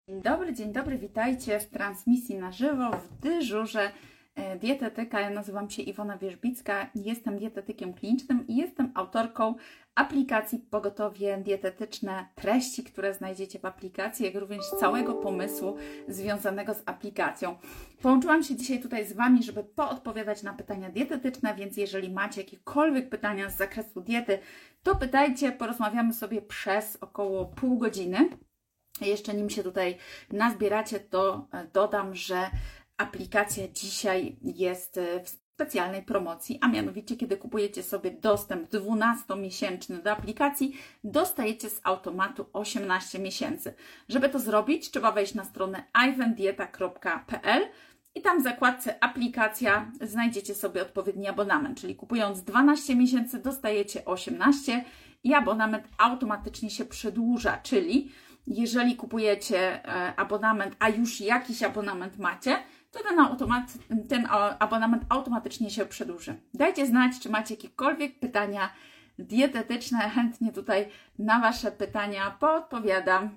Dzień dobry, witajcie w transmisji na żywo, w dyżurze dietetyka. Ja nazywam się Iwona Wierzbicka, jestem dietetykiem klinicznym i jestem autorką aplikacji Pogotowie Dietetyczne, treści, które znajdziecie w aplikacji, jak również całego pomysłu związanego z aplikacją. Połączyłam się dzisiaj tutaj z Wami, żeby poodpowiadać na pytania dietetyczne, więc jeżeli macie jakiekolwiek pytania z zakresu diety, to pytajcie, porozmawiamy sobie przez około pół godziny. Jeszcze nim się tutaj nazbieracie, to dodam, że aplikacja dzisiaj jest w specjalnej promocji, a mianowicie kiedy kupujecie sobie dostęp 12-miesięczny do aplikacji, dostajecie z automatu 18 miesięcy. Żeby to zrobić, trzeba wejść na stronę iwendieta.pl i tam w zakładce aplikacja znajdziecie sobie odpowiedni abonament, czyli kupując 12 miesięcy dostajecie 18 i abonament automatycznie się przedłuża, czyli jeżeli kupujecie abonament, a już jakiś abonament macie, to ten abonament automatycznie się przedłuży. Dajcie znać, czy macie jakiekolwiek pytania dietetyczne. Chętnie tutaj na Wasze pytania poodpowiadam.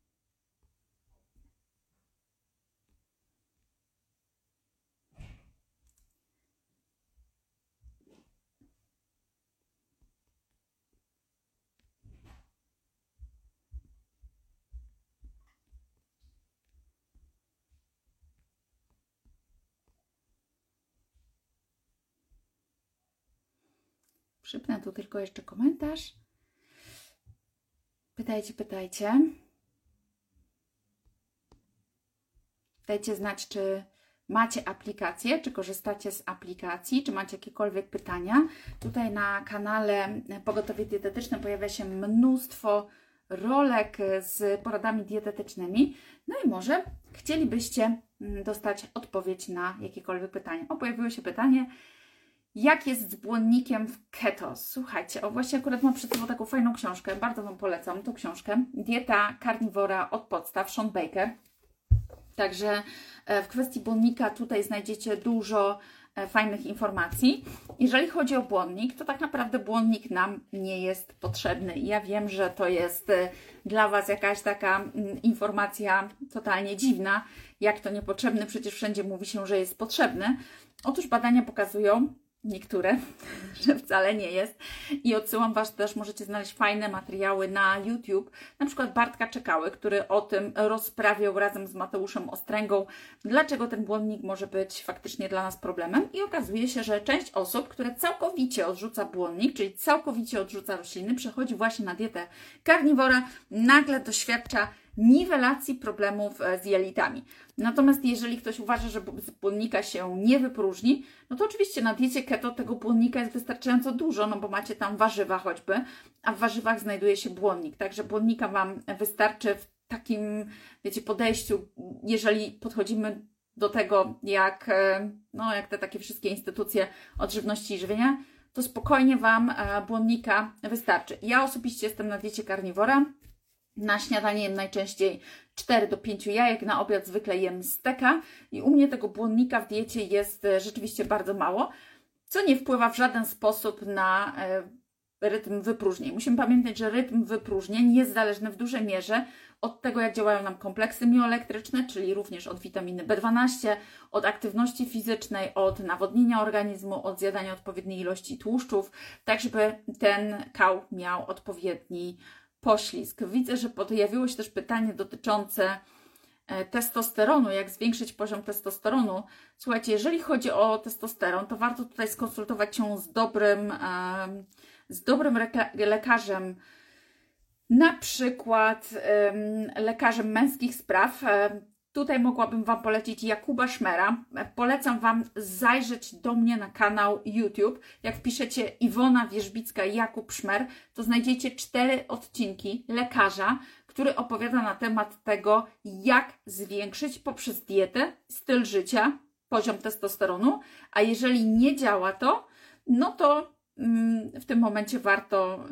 Przypnę tu tylko jeszcze komentarz. Pytajcie. Dajcie znać, czy macie aplikację, czy korzystacie z aplikacji, czy macie jakiekolwiek pytania. Tutaj na kanale Pogotowie Dietetyczne pojawia się mnóstwo rolek z poradami dietetycznymi. No i może chcielibyście dostać odpowiedź na jakiekolwiek pytanie. Pojawiło się pytanie, jak jest z błonnikiem w keto? Słuchajcie, właśnie akurat mam przed sobą taką fajną książkę, bardzo Wam polecam tą książkę. Dieta karniwora od podstaw, Shawn Baker. Także w kwestii błonnika tutaj znajdziecie dużo fajnych informacji. Jeżeli chodzi o błonnik, to tak naprawdę błonnik nam nie jest potrzebny. Ja wiem, że to jest dla Was jakaś taka informacja totalnie dziwna. Jak to niepotrzebny? Przecież wszędzie mówi się, że jest potrzebny. Otóż badania pokazują, niektóre, że wcale nie jest. I odsyłam Was też, możecie znaleźć fajne materiały na YouTube, na przykład Bartka Czekały, który o tym rozprawiał razem z Mateuszem Ostręgą, dlaczego ten błonnik może być faktycznie dla nas problemem. I okazuje się, że część osób, które całkowicie odrzuca błonnik, czyli całkowicie odrzuca rośliny, przechodzi właśnie na dietę karniwora, nagle doświadcza niwelacji problemów z jelitami. Natomiast jeżeli ktoś uważa, że z błonnika się nie wypróżni, no to oczywiście na diecie keto tego błonnika jest wystarczająco dużo, no bo macie tam warzywa choćby, a w warzywach znajduje się błonnik. Także błonnika Wam wystarczy w takim, wiecie, podejściu, jeżeli podchodzimy do tego jak te takie wszystkie instytucje odżywności i żywienia, to spokojnie Wam błonnika wystarczy. Ja osobiście jestem na diecie karniwora. Na śniadanie jem najczęściej 4 do 5 jajek, na obiad zwykle jem steka i u mnie tego błonnika w diecie jest rzeczywiście bardzo mało, co nie wpływa w żaden sposób na rytm wypróżnień. Musimy pamiętać, że rytm wypróżnień jest zależny w dużej mierze od tego, jak działają nam kompleksy mioelektryczne, czyli również od witaminy B12, od aktywności fizycznej, od nawodnienia organizmu, od zjadania odpowiedniej ilości tłuszczów, tak żeby ten kał miał odpowiedni poślizg. Widzę, że pojawiło się też pytanie dotyczące testosteronu, jak zwiększyć poziom testosteronu. Słuchajcie, jeżeli chodzi o testosteron, to warto tutaj skonsultować się z dobrym lekarzem, na przykład lekarzem męskich spraw. Tutaj mogłabym Wam polecić Jakuba Szmera. Polecam Wam zajrzeć do mnie na kanał YouTube. Jak wpiszecie Iwona Wierzbicka Jakub Szmer, to znajdziecie 4 odcinki lekarza, który opowiada na temat tego, jak zwiększyć poprzez dietę, styl życia, poziom testosteronu. A jeżeli nie działa to, no to w tym momencie warto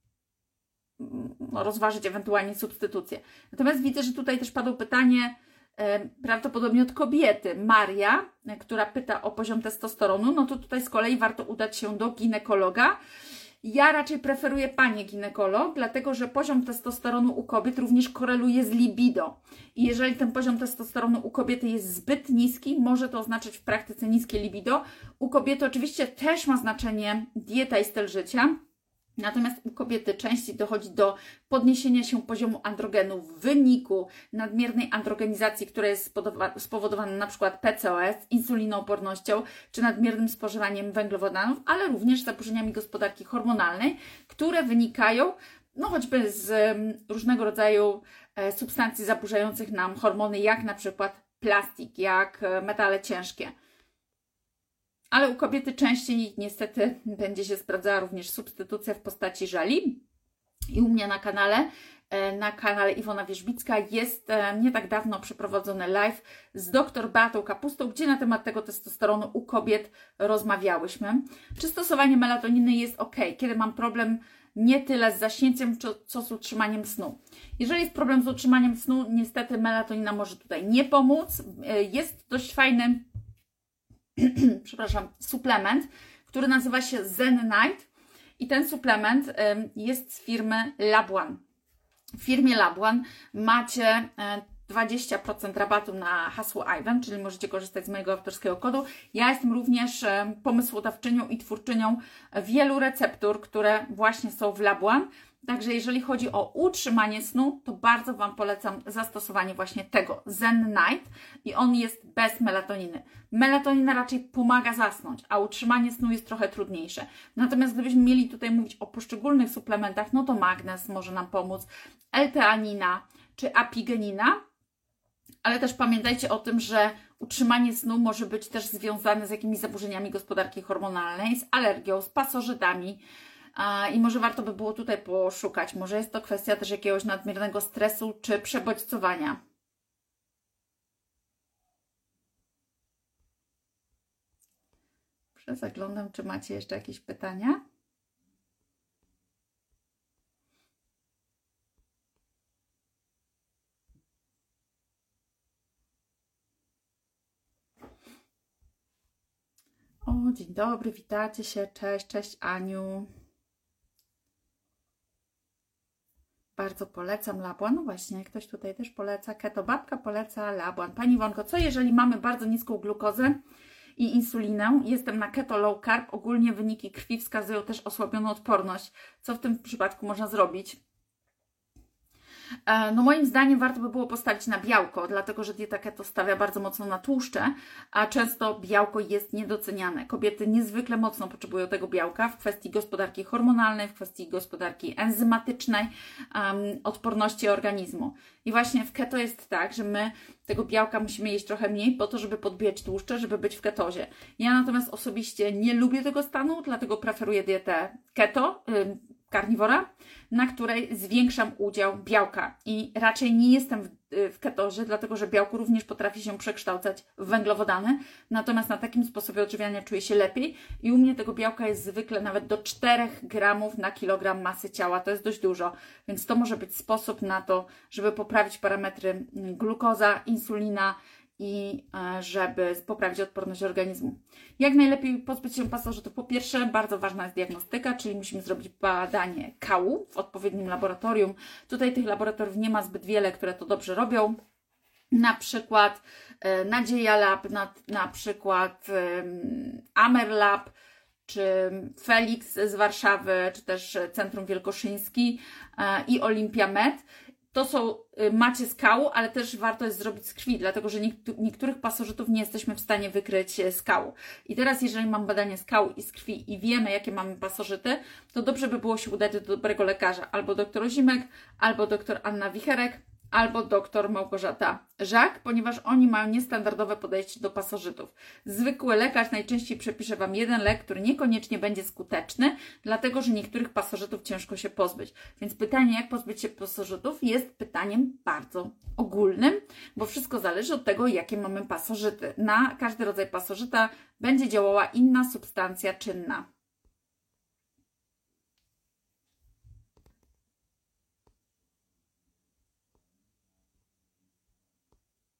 rozważyć ewentualnie substytucję. Natomiast widzę, że tutaj też padło pytanie prawdopodobnie od kobiety, Maria, która pyta o poziom testosteronu, no to tutaj z kolei warto udać się do ginekologa. Ja raczej preferuję panie ginekolog, dlatego że poziom testosteronu u kobiet również koreluje z libido. I jeżeli ten poziom testosteronu u kobiety jest zbyt niski, może to oznaczać w praktyce niskie libido. U kobiety oczywiście też ma znaczenie dieta i styl życia. Natomiast u kobiety częściej dochodzi do podniesienia się poziomu androgenu w wyniku nadmiernej androgenizacji, która jest spowodowana na przykład PCOS, insulinoopornością czy nadmiernym spożywaniem węglowodanów, ale również zaburzeniami gospodarki hormonalnej, które wynikają no choćby z różnego rodzaju substancji zaburzających nam hormony, jak na przykład plastik, jak metale ciężkie. Ale u kobiety częściej niestety będzie się sprawdzała również substytucja w postaci żeli. I u mnie na kanale Iwona Wierzbicka jest nie tak dawno przeprowadzony live z dr Beatą Kapustą, gdzie na temat tego testosteronu u kobiet rozmawiałyśmy. Czy stosowanie melatoniny jest ok, kiedy mam problem nie tyle z zaśnięciem, co z utrzymaniem snu. Jeżeli jest problem z utrzymaniem snu, niestety melatonina może tutaj nie pomóc. Jest dość fajny suplement, który nazywa się Zen Night i ten suplement jest z firmy Labuan. W firmie Labuan macie 20% rabatu na hasło Ivan, czyli możecie korzystać z mojego autorskiego kodu. Ja jestem również pomysłodawczynią i twórczynią wielu receptur, które właśnie są w Labuan. Także jeżeli chodzi o utrzymanie snu, to bardzo Wam polecam zastosowanie właśnie tego Zen Night i on jest bez melatoniny. Melatonina raczej pomaga zasnąć, a utrzymanie snu jest trochę trudniejsze. Natomiast gdybyśmy mieli tutaj mówić o poszczególnych suplementach, no to magnez może nam pomóc, L-teanina czy apigenina, ale też pamiętajcie o tym, że utrzymanie snu może być też związane z jakimiś zaburzeniami gospodarki hormonalnej, z alergią, z pasożytami. I może warto by było tutaj poszukać. Może jest to kwestia też jakiegoś nadmiernego stresu czy przebodźcowania. Zaglądam, czy macie jeszcze jakieś pytania? O, dzień dobry, witajcie się, cześć Aniu. Bardzo polecam Labuan. No właśnie, ktoś tutaj też poleca. Keto babka poleca Labuan. Pani Iwonko, co jeżeli mamy bardzo niską glukozę i insulinę? Jestem na keto low carb. Ogólnie wyniki krwi wskazują też osłabioną odporność. Co w tym przypadku można zrobić? No moim zdaniem warto by było postawić na białko, dlatego że dieta keto stawia bardzo mocno na tłuszcze, a często białko jest niedoceniane. Kobiety niezwykle mocno potrzebują tego białka w kwestii gospodarki hormonalnej, w kwestii gospodarki enzymatycznej, odporności organizmu. I właśnie w keto jest tak, że my tego białka musimy jeść trochę mniej po to, żeby podbijać tłuszcze, żeby być w ketozie. Ja natomiast osobiście nie lubię tego stanu, dlatego preferuję dietę keto, karniwora, na której zwiększam udział białka i raczej nie jestem w ketozie, dlatego że białko również potrafi się przekształcać w węglowodany, natomiast na takim sposobie odżywiania czuję się lepiej i u mnie tego białka jest zwykle nawet do 4 gramów na kilogram masy ciała, to jest dość dużo, więc to może być sposób na to, żeby poprawić parametry glukoza, insulina i żeby poprawić odporność organizmu. Jak najlepiej pozbyć się pasożytów? Po pierwsze, bardzo ważna jest diagnostyka, czyli musimy zrobić badanie kału w odpowiednim laboratorium. Tutaj tych laboratoriów nie ma zbyt wiele, które to dobrze robią. Na przykład Nadzieja Lab, na przykład Amer Lab, czy Felix z Warszawy, czy też Centrum Wielkoszyński i Olympia Med. To są, macie z kału, ale też warto jest zrobić z krwi, dlatego że niektórych pasożytów nie jesteśmy w stanie wykryć z kału. I teraz, jeżeli mam badanie z kału i z krwi i wiemy, jakie mamy pasożyty, to dobrze by było się udać do dobrego lekarza. Albo doktor Ozimek, albo doktor Anna Wicherek, albo doktor Małgorzata Żak, ponieważ oni mają niestandardowe podejście do pasożytów. Zwykły lekarz najczęściej przepisze Wam jeden lek, który niekoniecznie będzie skuteczny, dlatego że niektórych pasożytów ciężko się pozbyć. Więc pytanie, jak pozbyć się pasożytów, jest pytaniem bardzo ogólnym, bo wszystko zależy od tego, jakie mamy pasożyty. Na każdy rodzaj pasożyta będzie działała inna substancja czynna.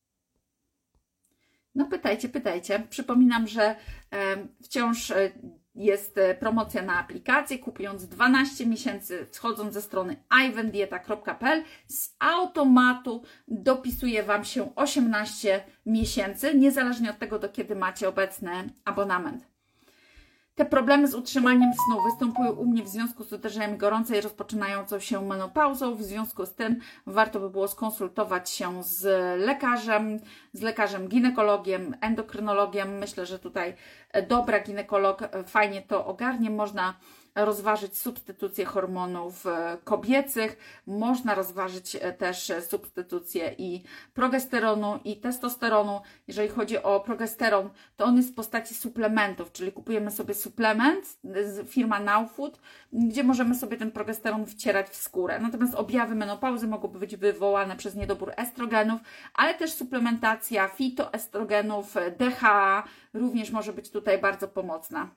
No pytajcie. Przypominam, że wciąż jest promocja na aplikację. Kupując 12 miesięcy, wchodząc ze strony ivendieta.pl, z automatu dopisuje Wam się 18 miesięcy, niezależnie od tego, do kiedy macie obecny abonament. Te problemy z utrzymaniem snu występują u mnie w związku z uderzeniem gorącej rozpoczynającą się menopauzą. W związku z tym warto by było skonsultować się z lekarzem ginekologiem, endokrynologiem. Myślę, że tutaj dobra ginekolog fajnie to ogarnie. Można rozważyć substytucję hormonów kobiecych, można rozważyć też substytucję i progesteronu i testosteronu. Jeżeli chodzi o progesteron, to on jest w postaci suplementów, czyli kupujemy sobie suplement, firma Now Food, gdzie możemy sobie ten progesteron wcierać w skórę. Natomiast objawy menopauzy mogą być wywołane przez niedobór estrogenów, ale też suplementacja fitoestrogenów, DHA również może być tutaj bardzo pomocna.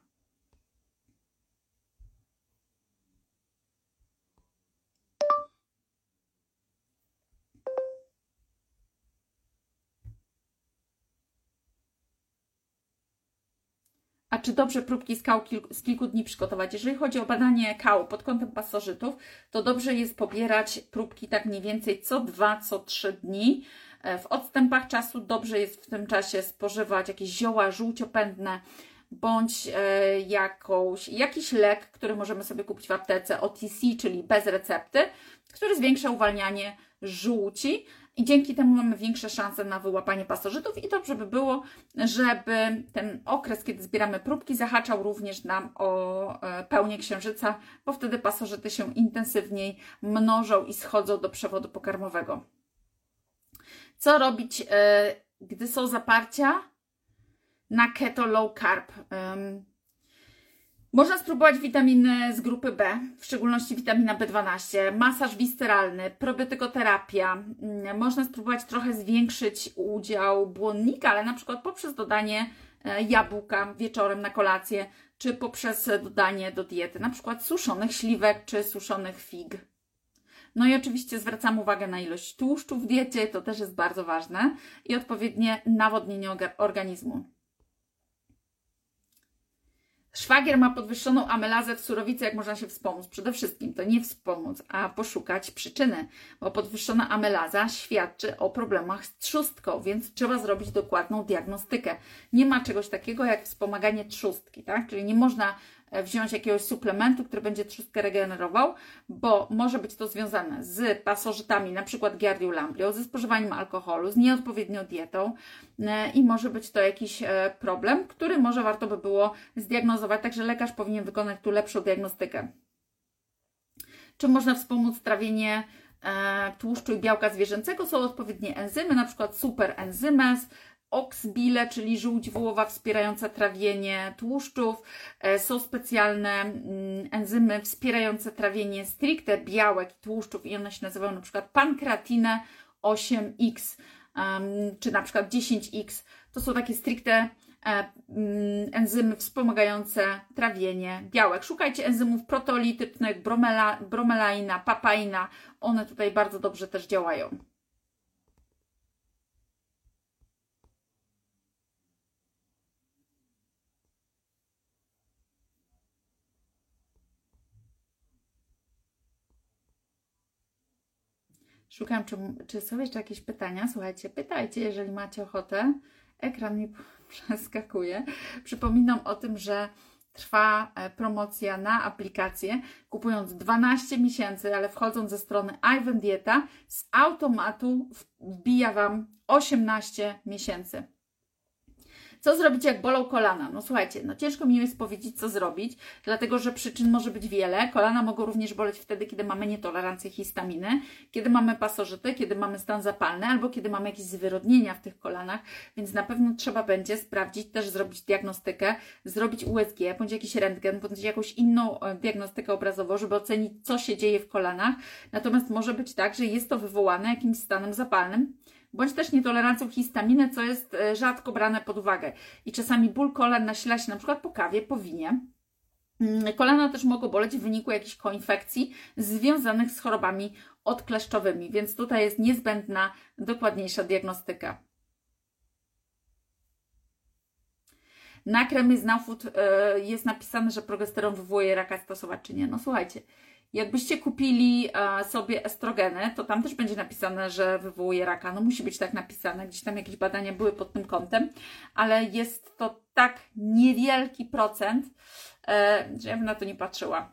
A czy dobrze próbki z kału z kilku dni przygotować? Jeżeli chodzi o badanie kału pod kątem pasożytów, to dobrze jest pobierać próbki tak mniej więcej co 2, co 3 dni. W odstępach czasu dobrze jest w tym czasie spożywać jakieś zioła żółciopędne bądź jakiś lek, który możemy sobie kupić w aptece OTC, czyli bez recepty, który zwiększa uwalnianie żółci. I dzięki temu mamy większe szanse na wyłapanie pasożytów i dobrze by było, żeby ten okres, kiedy zbieramy próbki, zahaczał również nam o pełnię księżyca, bo wtedy pasożyty się intensywniej mnożą i schodzą do przewodu pokarmowego. Co robić, gdy są zaparcia na keto low carb? Można spróbować witaminy z grupy B, w szczególności witamina B12, masaż wisceralny, probiotykoterapia. Można spróbować trochę zwiększyć udział błonnika, ale na przykład poprzez dodanie jabłka wieczorem na kolację, czy poprzez dodanie do diety na przykład suszonych śliwek, czy suszonych fig. No i oczywiście zwracam uwagę na ilość tłuszczu w diecie, to też jest bardzo ważne, i odpowiednie nawodnienie organizmu. Szwagier ma podwyższoną amylazę w surowicy, jak można się wspomóc? Przede wszystkim to nie wspomóc, a poszukać przyczyny, bo podwyższona amylaza świadczy o problemach z trzustką, więc trzeba zrobić dokładną diagnostykę. Nie ma czegoś takiego jak wspomaganie trzustki, tak? Czyli nie można wziąć jakiegoś suplementu, który będzie trzustkę regenerował, bo może być to związane z pasożytami, na przykład Giardią lambrią, ze spożywaniem alkoholu, z nieodpowiednią dietą i może być to jakiś problem, który może warto by było zdiagnozować, także lekarz powinien wykonać tu lepszą diagnostykę. Czy można wspomóc trawienie tłuszczu i białka zwierzęcego? Są odpowiednie enzymy, na przykład superenzymes, oxbile, czyli żółć wołowa wspierająca trawienie tłuszczów. Są specjalne enzymy wspierające trawienie stricte białek i tłuszczów i one się nazywają na przykład pankreatinę 8X czy na przykład 10X. To są takie stricte enzymy wspomagające trawienie białek. Szukajcie enzymów proteolitycznych, bromelaina, papaina. One tutaj bardzo dobrze też działają. Szukam, czy są jeszcze jakieś pytania. Słuchajcie, pytajcie, jeżeli macie ochotę. Ekran mi przeskakuje. Przypominam o tym, że trwa promocja na aplikację. Kupując 12 miesięcy, ale wchodząc ze strony ivendieta, z automatu wbija Wam 18 miesięcy. Co zrobić, jak bolą kolana? No słuchajcie, no ciężko mi jest powiedzieć, co zrobić, dlatego że przyczyn może być wiele. Kolana mogą również boleć wtedy, kiedy mamy nietolerancję histaminy, kiedy mamy pasożyty, kiedy mamy stan zapalny, albo kiedy mamy jakieś zwyrodnienia w tych kolanach, więc na pewno trzeba będzie sprawdzić, też zrobić diagnostykę, zrobić USG, bądź jakiś rentgen, bądź jakąś inną diagnostykę obrazową, żeby ocenić, co się dzieje w kolanach. Natomiast może być tak, że jest to wywołane jakimś stanem zapalnym, bądź też nietolerancją histaminy, co jest rzadko brane pod uwagę. I czasami ból kolan nasila się na przykład po kawie, po winie. Kolana też mogą boleć w wyniku jakichś koinfekcji związanych z chorobami odkleszczowymi, więc tutaj jest niezbędna dokładniejsza diagnostyka. Na kremie z Now Food jest napisane, że progesteron wywołuje raka, stosować czy nie. No słuchajcie, jakbyście kupili sobie estrogeny, to tam też będzie napisane, że wywołuje raka. No musi być tak napisane, gdzieś tam jakieś badania były pod tym kątem, ale jest to tak niewielki procent, że ja bym na to nie patrzyła.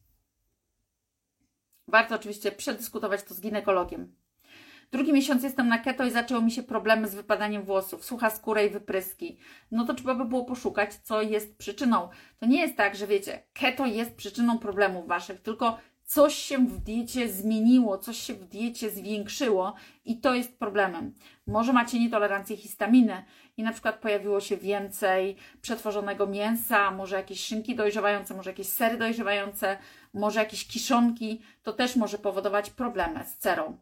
Warto oczywiście przedyskutować to z ginekologiem. Drugi miesiąc jestem na keto i zaczęły mi się problemy z wypadaniem włosów, sucha skóra i wypryski. No to trzeba by było poszukać, co jest przyczyną. To nie jest tak, że wiecie, keto jest przyczyną problemów waszych, tylko coś się w diecie zmieniło, coś się w diecie zwiększyło i to jest problemem. Może macie nietolerancję histaminy i na przykład pojawiło się więcej przetworzonego mięsa, może jakieś szynki dojrzewające, może jakieś sery dojrzewające, może jakieś kiszonki. To też może powodować problemy z cerą.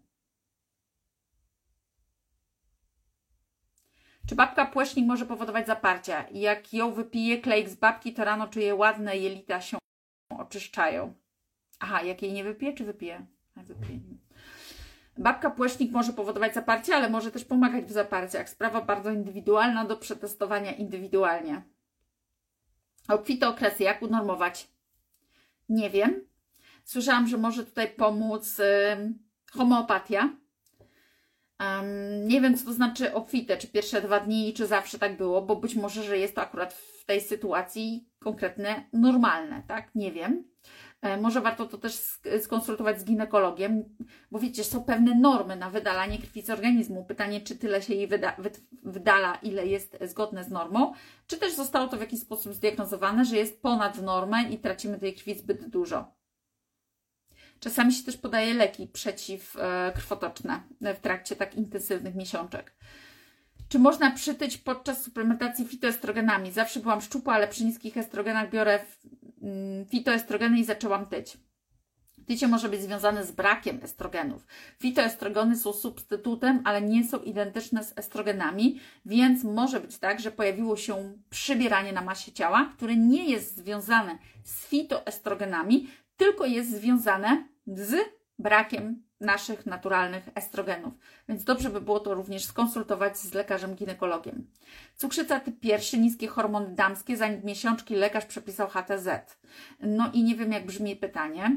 Czy babka płecznik może powodować zaparcia? Jak ją wypije kleik z babki, to rano czuje ładne jelita się oczyszczają. Aha, jak jej nie wypije, czy wypije? Wypije. Babka płecznik może powodować zaparcie, ale może też pomagać w zaparciach. Sprawa bardzo indywidualna, do przetestowania indywidualnie. Obfite okresy, jak unormować? Nie wiem. Słyszałam, że może tutaj pomóc homeopatia. Nie wiem, co to znaczy obfite, czy pierwsze 2 dni, czy zawsze tak było, bo być może, że jest to akurat w tej sytuacji konkretne, normalne, tak? Nie wiem. Może warto to też skonsultować z ginekologiem, bo wiecie, są pewne normy na wydalanie krwi z organizmu. Pytanie, czy tyle się jej wydala, ile jest zgodne z normą, czy też zostało to w jakiś sposób zdiagnozowane, że jest ponad normę i tracimy tej krwi zbyt dużo. Czasami się też podaje leki przeciwkrwotoczne w trakcie tak intensywnych miesiączek. Czy można przytyć podczas suplementacji fitoestrogenami? Zawsze byłam szczupła, ale przy niskich estrogenach biorę fitoestrogeny i zaczęłam tyć. Tycie może być związane z brakiem estrogenów. Fitoestrogeny są substytutem, ale nie są identyczne z estrogenami, więc może być tak, że pojawiło się przybieranie na masie ciała, które nie jest związane z fitoestrogenami, tylko jest związane z brakiem naszych naturalnych estrogenów. Więc dobrze by było to również skonsultować z lekarzem ginekologiem. Cukrzyca typ 1, niskie hormony damskie, zanim miesiączki lekarz przepisał HTZ. No i nie wiem, jak brzmi pytanie.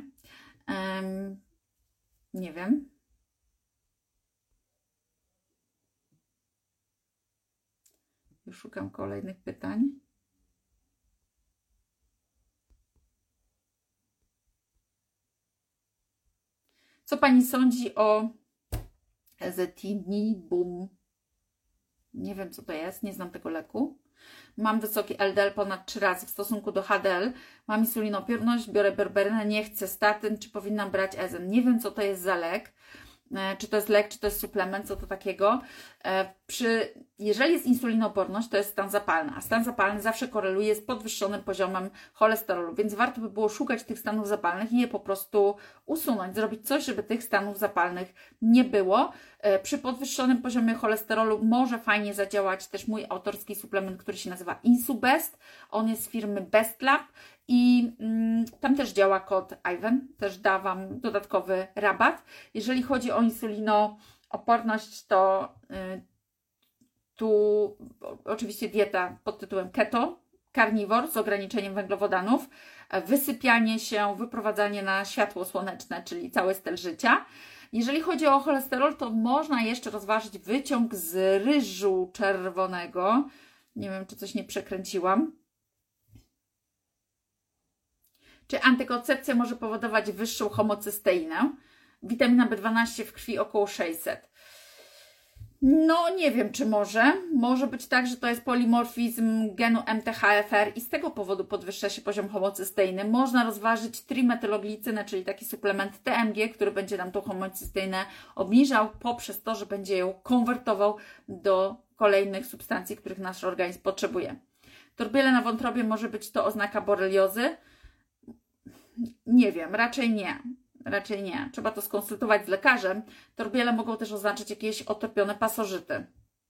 Nie wiem. Już szukam kolejnych pytań. Co Pani sądzi o ezetimibu? Nie wiem, co to jest, nie znam tego leku. Mam wysoki LDL ponad 3 razy w stosunku do HDL. Mam insulinoporność, biorę berberynę, nie chcę statyn. Czy powinnam brać ezen? Nie wiem, co to jest za lek. Czy to jest lek, czy to jest suplement, co to takiego. Jeżeli jest insulinoporność, to jest stan zapalny, a stan zapalny zawsze koreluje z podwyższonym poziomem cholesterolu, więc warto by było szukać tych stanów zapalnych i je po prostu usunąć, zrobić coś, żeby tych stanów zapalnych nie było. Przy podwyższonym poziomie cholesterolu może fajnie zadziałać też mój autorski suplement, który się nazywa Insubest. On jest z firmy Best Lab i tam też działa kod IVEN, też da Wam dodatkowy rabat. Jeżeli chodzi o insulinooporność, to tu oczywiście dieta pod tytułem keto, karniwor z ograniczeniem węglowodanów, wysypianie się, wyprowadzanie na światło słoneczne, czyli cały styl życia. Jeżeli chodzi o cholesterol, to można jeszcze rozważyć wyciąg z ryżu czerwonego. Nie wiem, czy coś nie przekręciłam. Czy antykoncepcja może powodować wyższą homocysteinę? Witamina B12 w krwi około 600. No nie wiem, czy może. Może być tak, że to jest polimorfizm genu MTHFR i z tego powodu podwyższa się poziom homocysteiny. Można rozważyć trimetyloglicynę, czyli taki suplement TMG, który będzie nam tą homocysteinę obniżał poprzez to, że będzie ją konwertował do kolejnych substancji, których nasz organizm potrzebuje. Torbiele na wątrobie może być to oznaka boreliozy? Nie wiem, raczej nie. Raczej nie. Trzeba to skonsultować z lekarzem. Torbiele mogą też oznaczać jakieś otopione pasożyty.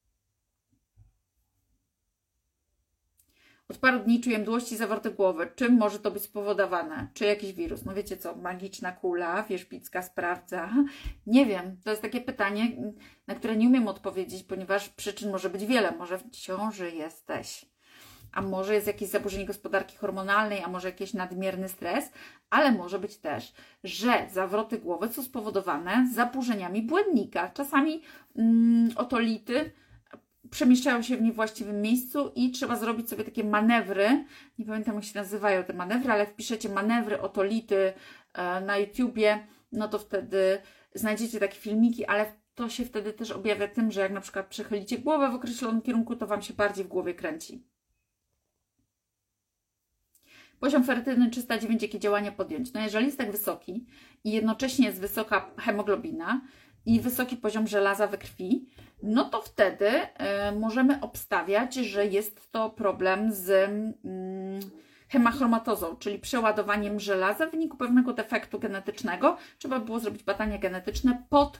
Od paru dni czuję mdłości, zawroty głowy. Czym może to być spowodowane? Czy jakiś wirus? No wiecie co, magiczna kula, wierzbicka sprawdza. Nie wiem, to jest takie pytanie, na które nie umiem odpowiedzieć, ponieważ przyczyn może być wiele. Może w ciąży jesteś. a może jest jakieś zaburzenie gospodarki hormonalnej, a może jakiś nadmierny stres, ale może być też, że zawroty głowy są spowodowane zaburzeniami błędnika. Czasami otolity przemieszczają się w niewłaściwym miejscu i trzeba zrobić sobie takie manewry, nie pamiętam jak się nazywają te manewry, ale wpiszecie manewry otolity na YouTubie, no to wtedy znajdziecie takie filmiki, ale to się wtedy też objawia tym, że jak na przykład przechylicie głowę w określonym kierunku, to Wam się bardziej w głowie kręci. Poziom ferytyny 309, jakie działania podjąć? No jeżeli jest tak wysoki i jednocześnie jest wysoka hemoglobina i wysoki poziom żelaza we krwi, no to wtedy możemy obstawiać, że jest to problem z hemachromatozą, czyli przeładowaniem żelaza w wyniku pewnego defektu genetycznego. Trzeba było zrobić badania genetyczne pod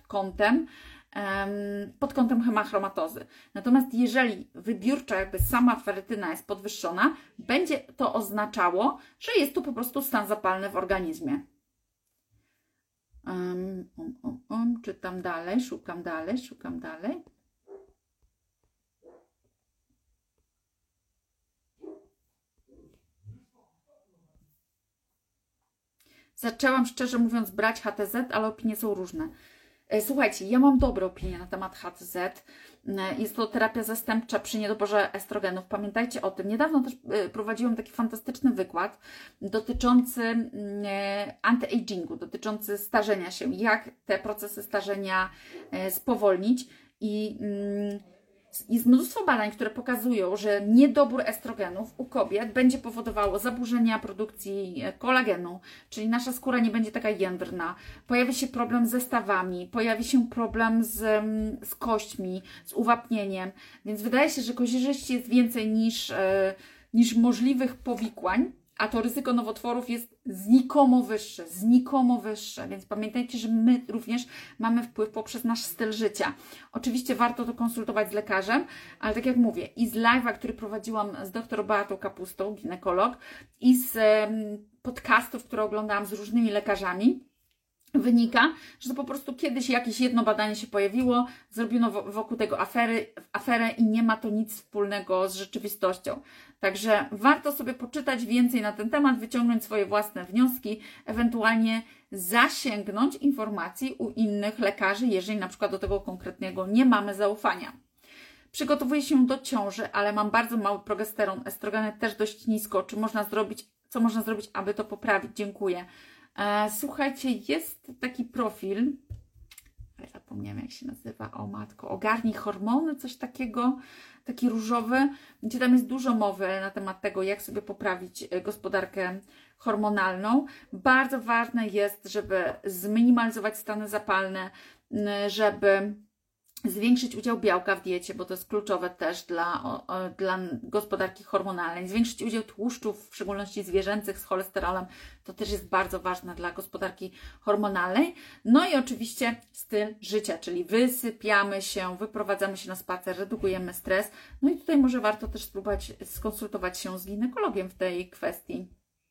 kątem hemachromatozy. Natomiast jeżeli wybiórcza jakby sama ferytyna jest podwyższona, będzie to oznaczało, że jest tu po prostu stan zapalny w organizmie. Czytam dalej, szukam dalej. Zaczęłam szczerze mówiąc brać HTZ, ale opinie są różne. Słuchajcie, ja mam dobre opinie na temat HTZ. Jest to terapia zastępcza przy niedoborze estrogenów. Pamiętajcie o tym. Niedawno też prowadziłam taki fantastyczny wykład dotyczący anti-agingu, dotyczący starzenia się. Jak te procesy starzenia spowolnić. I jest mnóstwo badań, które pokazują, że niedobór estrogenów u kobiet będzie powodowało zaburzenia produkcji kolagenu, czyli nasza skóra nie będzie taka jędrna, pojawi się problem ze stawami, pojawi się problem z kośćmi, z uwapnieniem, więc wydaje się, że koziryści jest więcej niż możliwych powikłań, a to ryzyko nowotworów jest znikomo wyższe, więc pamiętajcie, że my również mamy wpływ poprzez nasz styl życia. Oczywiście warto to konsultować z lekarzem, ale tak jak mówię, i z live'a, który prowadziłam z dr Beatą Kapustą, ginekolog, i z podcastów, które oglądałam z różnymi lekarzami, wynika, że to po prostu kiedyś jakieś jedno badanie się pojawiło, zrobiono wokół tego aferę i nie ma to nic wspólnego z rzeczywistością. Także warto sobie poczytać więcej na ten temat, wyciągnąć swoje własne wnioski, ewentualnie zasięgnąć informacji u innych lekarzy, jeżeli na przykład do tego konkretnego nie mamy zaufania. Przygotowuję się do ciąży, ale mam bardzo mały progesteron, estrogeny też dość nisko. Co można zrobić, aby to poprawić? Dziękuję. Słuchajcie, jest taki profil, ale zapomniałam jak się nazywa, o matko, ogarnij hormony, coś takiego, taki różowy, gdzie tam jest dużo mowy na temat tego, jak sobie poprawić gospodarkę hormonalną. Bardzo ważne jest, żeby zminimalizować stany zapalne, żeby zwiększyć udział białka w diecie, bo to jest kluczowe też dla gospodarki hormonalnej. Zwiększyć udział tłuszczów, w szczególności zwierzęcych z cholesterolem. To też jest bardzo ważne dla gospodarki hormonalnej. No i oczywiście styl życia, czyli wysypiamy się, wyprowadzamy się na spacer, redukujemy stres. No i tutaj może warto też spróbować skonsultować się z ginekologiem w tej kwestii.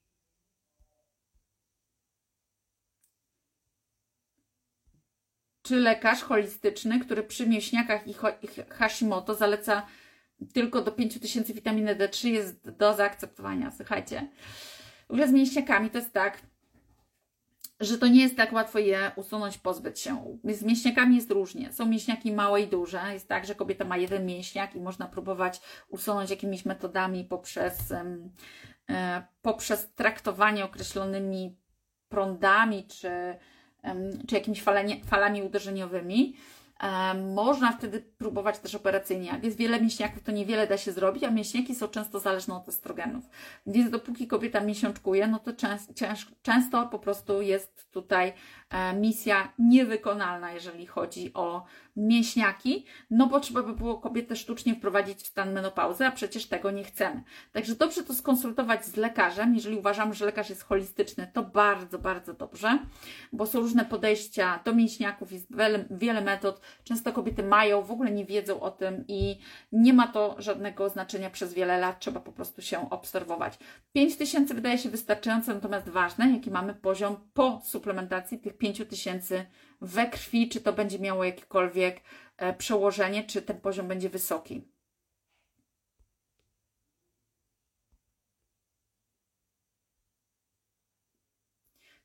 Czy lekarz holistyczny, który przy mięśniakach i Hashimoto zaleca tylko do 5000 witaminy D3 jest do zaakceptowania? Słuchajcie, w ogóle z mięśniakami to jest tak, że to nie jest tak łatwo je usunąć, pozbyć się. Z mięśniakami jest różnie. Są mięśniaki małe i duże. Jest tak, że kobieta ma jeden mięśniak i można próbować usunąć jakimiś metodami poprzez traktowanie określonymi prądami czy jakimiś falami uderzeniowymi. Można wtedy próbować też operacyjnie. Jak jest wiele mięśniaków, to niewiele da się zrobić, a mięśniaki są często zależne od estrogenów. Więc dopóki kobieta miesiączkuje, no to często po prostu jest tutaj misja niewykonalna, jeżeli chodzi o mięśniaki, no bo trzeba by było kobietę sztucznie wprowadzić w stan menopauzy, a przecież tego nie chcemy. Także dobrze to skonsultować z lekarzem. Jeżeli uważamy, że lekarz jest holistyczny, to bardzo, bardzo dobrze, bo są różne podejścia do mięśniaków, jest wiele metod. Często kobiety mają, w ogóle nie wiedzą o tym i nie ma to żadnego znaczenia przez wiele lat, trzeba po prostu się obserwować. 5000 wydaje się wystarczające, natomiast ważne, jaki mamy poziom po suplementacji tych 5000 we krwi, czy to będzie miało jakiekolwiek przełożenie, czy ten poziom będzie wysoki.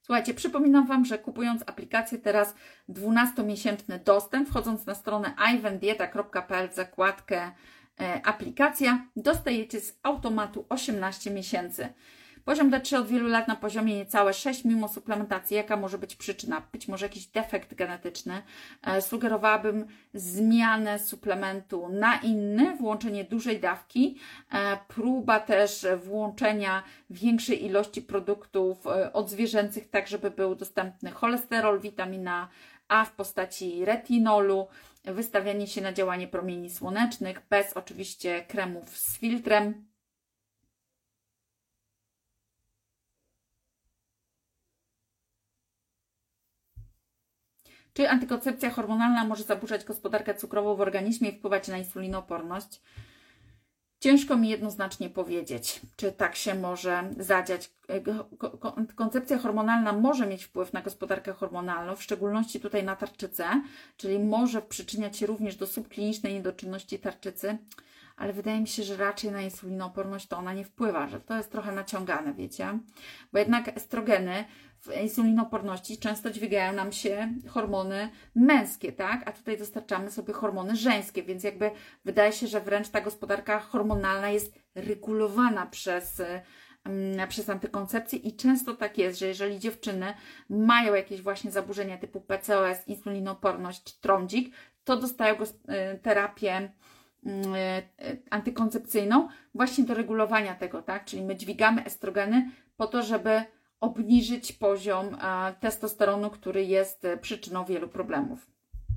Słuchajcie, przypominam Wam, że kupując aplikację teraz 12-miesięczny dostęp, wchodząc na stronę iwendieta.pl w zakładkę aplikacja, dostajecie z automatu 18 miesięcy. Poziom D3 od wielu lat na poziomie niecałe 6 mimo suplementacji. Jaka może być przyczyna? Być może jakiś defekt genetyczny. Sugerowałabym zmianę suplementu na inny, włączenie dużej dawki, próba też włączenia większej ilości produktów odzwierzęcych, tak żeby był dostępny cholesterol, witamina A w postaci retinolu, wystawianie się na działanie promieni słonecznych, bez oczywiście kremów z filtrem. Czy antykoncepcja hormonalna może zaburzać gospodarkę cukrową w organizmie i wpływać na insulinooporność? Ciężko mi jednoznacznie powiedzieć, czy tak się może zadziać. Koncepcja hormonalna może mieć wpływ na gospodarkę hormonalną, w szczególności tutaj na tarczycę, czyli może przyczyniać się również do subklinicznej niedoczynności tarczycy, ale wydaje mi się, że raczej na insulinooporność to ona nie wpływa, że to jest trochę naciągane, wiecie? Bo jednak estrogeny w insulinooporności często dźwigają nam się hormony męskie, tak? A tutaj dostarczamy sobie hormony żeńskie, więc jakby wydaje się, że wręcz ta gospodarka hormonalna jest regulowana przez antykoncepcję i często tak jest, że jeżeli dziewczyny mają jakieś właśnie zaburzenia typu PCOS, insulinooporność, trądzik, to dostają terapię antykoncepcyjną właśnie do regulowania tego, tak? Czyli my dźwigamy estrogeny po to, żeby obniżyć poziom testosteronu, który jest przyczyną wielu problemów.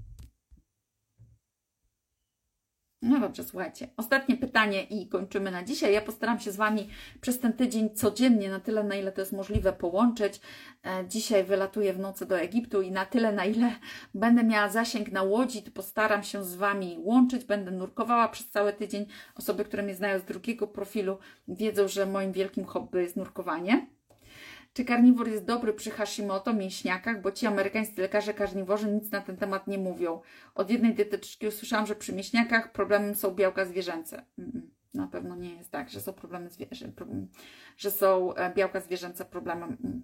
No dobrze, słuchajcie. Ostatnie pytanie i kończymy na dzisiaj. Ja postaram się z Wami przez ten tydzień codziennie, na tyle, na ile to jest możliwe, połączyć. Dzisiaj wylatuję w nocy do Egiptu i na tyle, na ile będę miała zasięg na łodzi, to postaram się z Wami łączyć. Będę nurkowała przez cały tydzień. Osoby, które mnie znają z drugiego profilu, wiedzą, że moim wielkim hobby jest nurkowanie. Czy karniwor jest dobry przy Hashimoto, mięśniakach? Bo ci amerykańscy lekarze karniworzy nic na ten temat nie mówią. Od jednej dietetyczki usłyszałam, że przy mięśniakach problemem są białka zwierzęce. Na pewno nie jest tak, że są że są białka zwierzęce problemem.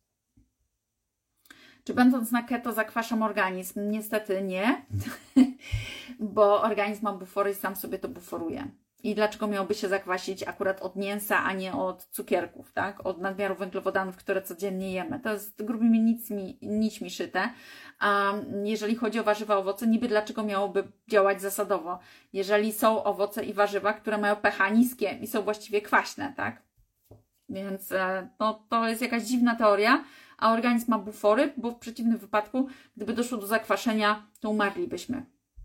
Czy będąc na keto zakwaszam organizm? Niestety nie, bo organizm ma bufory i sam sobie to buforuje. I dlaczego miałoby się zakwasić akurat od mięsa, a nie od cukierków, tak? Od nadmiaru węglowodanów, które codziennie jemy. To jest grubymi nićmi szyte. A jeżeli chodzi o warzywa, owoce, niby dlaczego miałoby działać zasadowo? Jeżeli są owoce i warzywa, które mają pH niskie i są właściwie kwaśne, tak? Więc no, to jest jakaś dziwna teoria, a organizm ma bufory, bo w przeciwnym wypadku, gdyby doszło do zakwaszenia, to umarlibyśmy.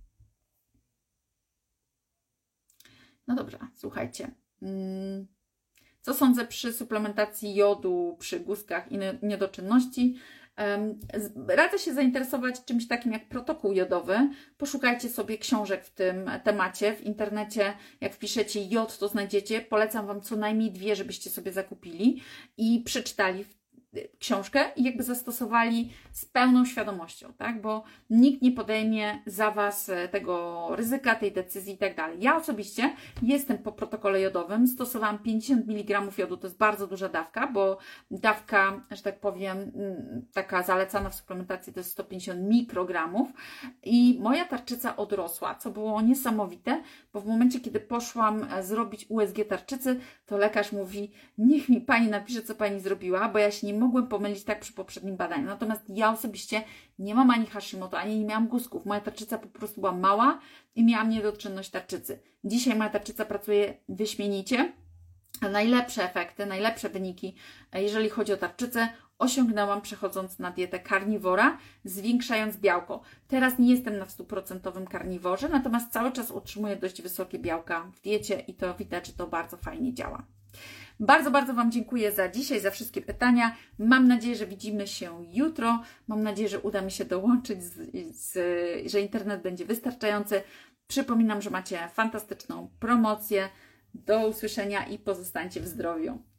No dobrze, słuchajcie. Co sądzę przy suplementacji jodu, przy guzkach i niedoczynności? Radzę się zainteresować czymś takim jak protokół jodowy. Poszukajcie sobie książek w tym temacie. W internecie, jak wpiszecie jod, to znajdziecie. Polecam Wam co najmniej 2, żebyście sobie zakupili i przeczytali książkę i jakby zastosowali z pełną świadomością, tak? Bo nikt nie podejmie za Was tego ryzyka, tej decyzji i tak dalej. Ja osobiście jestem po protokole jodowym, stosowałam 50 mg jodu, to jest bardzo duża dawka, bo dawka, że tak powiem, taka zalecana w suplementacji to jest 150 mikrogramów i moja tarczyca odrosła, co było niesamowite, bo w momencie, kiedy poszłam zrobić USG tarczycy, to lekarz mówi, niech mi Pani napisze, co Pani zrobiła, bo ja się nie mogłem pomylić tak przy poprzednim badaniu. Natomiast ja osobiście nie mam ani Hashimoto, ani nie miałam guzków. Moja tarczyca po prostu była mała i miałam niedoczynność tarczycy. Dzisiaj moja tarczyca pracuje wyśmienicie. Najlepsze efekty, najlepsze wyniki, jeżeli chodzi o tarczycę, osiągnęłam przechodząc na dietę karniwora, zwiększając białko. Teraz nie jestem na 100% karniworze, natomiast cały czas utrzymuję dość wysokie białka w diecie i to widać, że to bardzo fajnie działa. Bardzo, bardzo Wam dziękuję za dzisiaj, za wszystkie pytania. Mam nadzieję, że widzimy się jutro. Mam nadzieję, że uda mi się dołączyć, że internet będzie wystarczający. Przypominam, że macie fantastyczną promocję. Do usłyszenia i pozostańcie w zdrowiu.